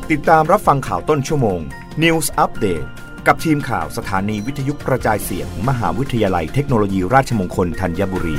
ติดตามรับฟังข่าวต้นชั่วโมง News Update กับทีมข่าวสถานีวิทยุกระจายเสียง มหาวิทยาลัยเทคโนโลยีราชมงคลธัญบุรี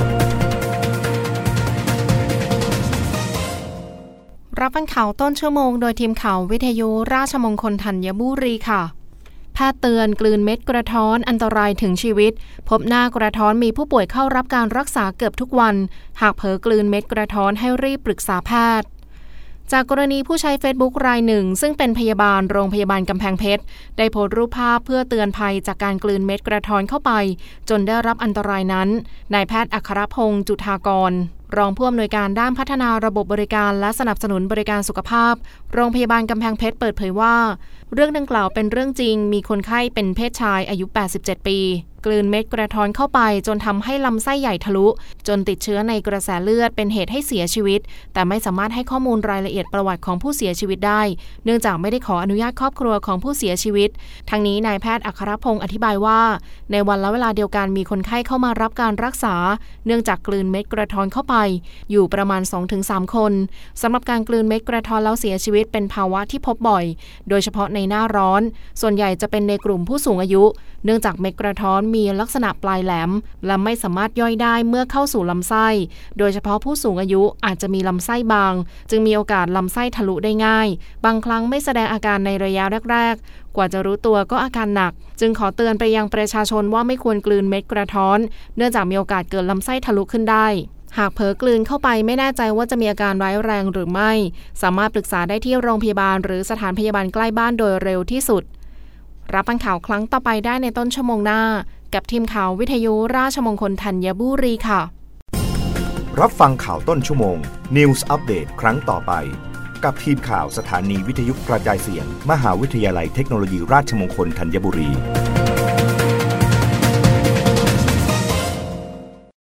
รับฟังข่าวต้นชั่วโมงโดยทีมข่าววิทยุราชมงคลธัญบุรีค่ะแพทย์เตือนกลืนเม็ดกระท้อนอันตรายถึงชีวิตพบหน้ากระท้อนมีผู้ป่วยเข้ารับการรักษาเกือบทุกวันหากเผลอกลืนเม็ดกระท้อนให้รีบปรึกษาแพทย์จากกรณีผู้ใช้ Facebook รายหนึ่งซึ่งเป็นพยาบาลโรงพยาบาลกำแพงเพชรได้โพสต์รูปภาพเพื่อเตือนภัยจากการกลืนเม็ดกระท้อนเข้าไปจนได้รับอันตรายนั้นนายแพทย์อัครพงษ์จุฑากรรองผู้อำนวยการด้านพัฒนาระบบบริการและสนับสนุนบริการสุขภาพโรงพยาบาลกำแพงเพชรเปิดเผยว่าเรื่องดังกล่าวเป็นเรื่องจริงมีคนไข้เป็นเพศชายอายุ87ปีกลืนเม็ดกระท้อนเข้าไปจนทำให้ลำไส้ใหญ่ทะลุจนติดเชื้อในกระแสเลือดเป็นเหตุให้เสียชีวิตแต่ไม่สามารถให้ข้อมูลรายละเอียดประวัติของผู้เสียชีวิตได้เนื่องจากไม่ได้ขออนุญาตครอบครัวของผู้เสียชีวิตทั้งนี้นายแพทย์อัครพงษ์อธิบายว่าในวันและเวลาเดียวกันมีคนไข้เข้ามารับการรักษาเนื่องจากกลืนเม็ดกระท้อนเข้าไปอยู่ประมาณ 2-3 คนสำหรับการกลืนเม็ดกระท้อนแล้วเสียชีวิตเป็นภาวะที่พบบ่อยโดยเฉพาะในหน้าร้อนส่วนใหญ่จะเป็นในกลุ่มผู้สูงอายุเนื่องจากเม็ดกระท้อนมีลักษณะปลายแหลมและไม่สามารถย่อยได้เมื่อเข้าสู่ลำไส้โดยเฉพาะผู้สูงอายุอาจจะมีลำไส้บางจึงมีโอกาสลำไส้ทะลุได้ง่ายบางครั้งไม่แสดงอาการในระยะแรกๆกว่าจะรู้ตัวก็อาการหนักจึงขอเตือนไปยังประชาชนว่าไม่ควรกลืนเม็ดกระท้อนเนื่องจากมีโอกาสเกิดลำไส้ทะลุขึ้นได้หากเผลอกลืนเข้าไปไม่แน่ใจว่าจะมีอาการร้ายแรงหรือไม่สามารถปรึกษาได้ที่โรงพยาบาลหรือสถานพยาบาลใกล้บ้านโดยเร็วที่สุดรับฟังข่าวครั้งต่อไปได้ในต้นชั่วโมงหน้ากับทีมข่าววิทยุราชมงคลธัญบุรีค่ะรับฟังข่าวต้นชั่วโมง News Update ครั้งต่อไปกับทีมข่าวสถานีวิทยุกระจายเสียง มหาวิทยาลัยเทคโนโลยีราชมงคลธัญบุรี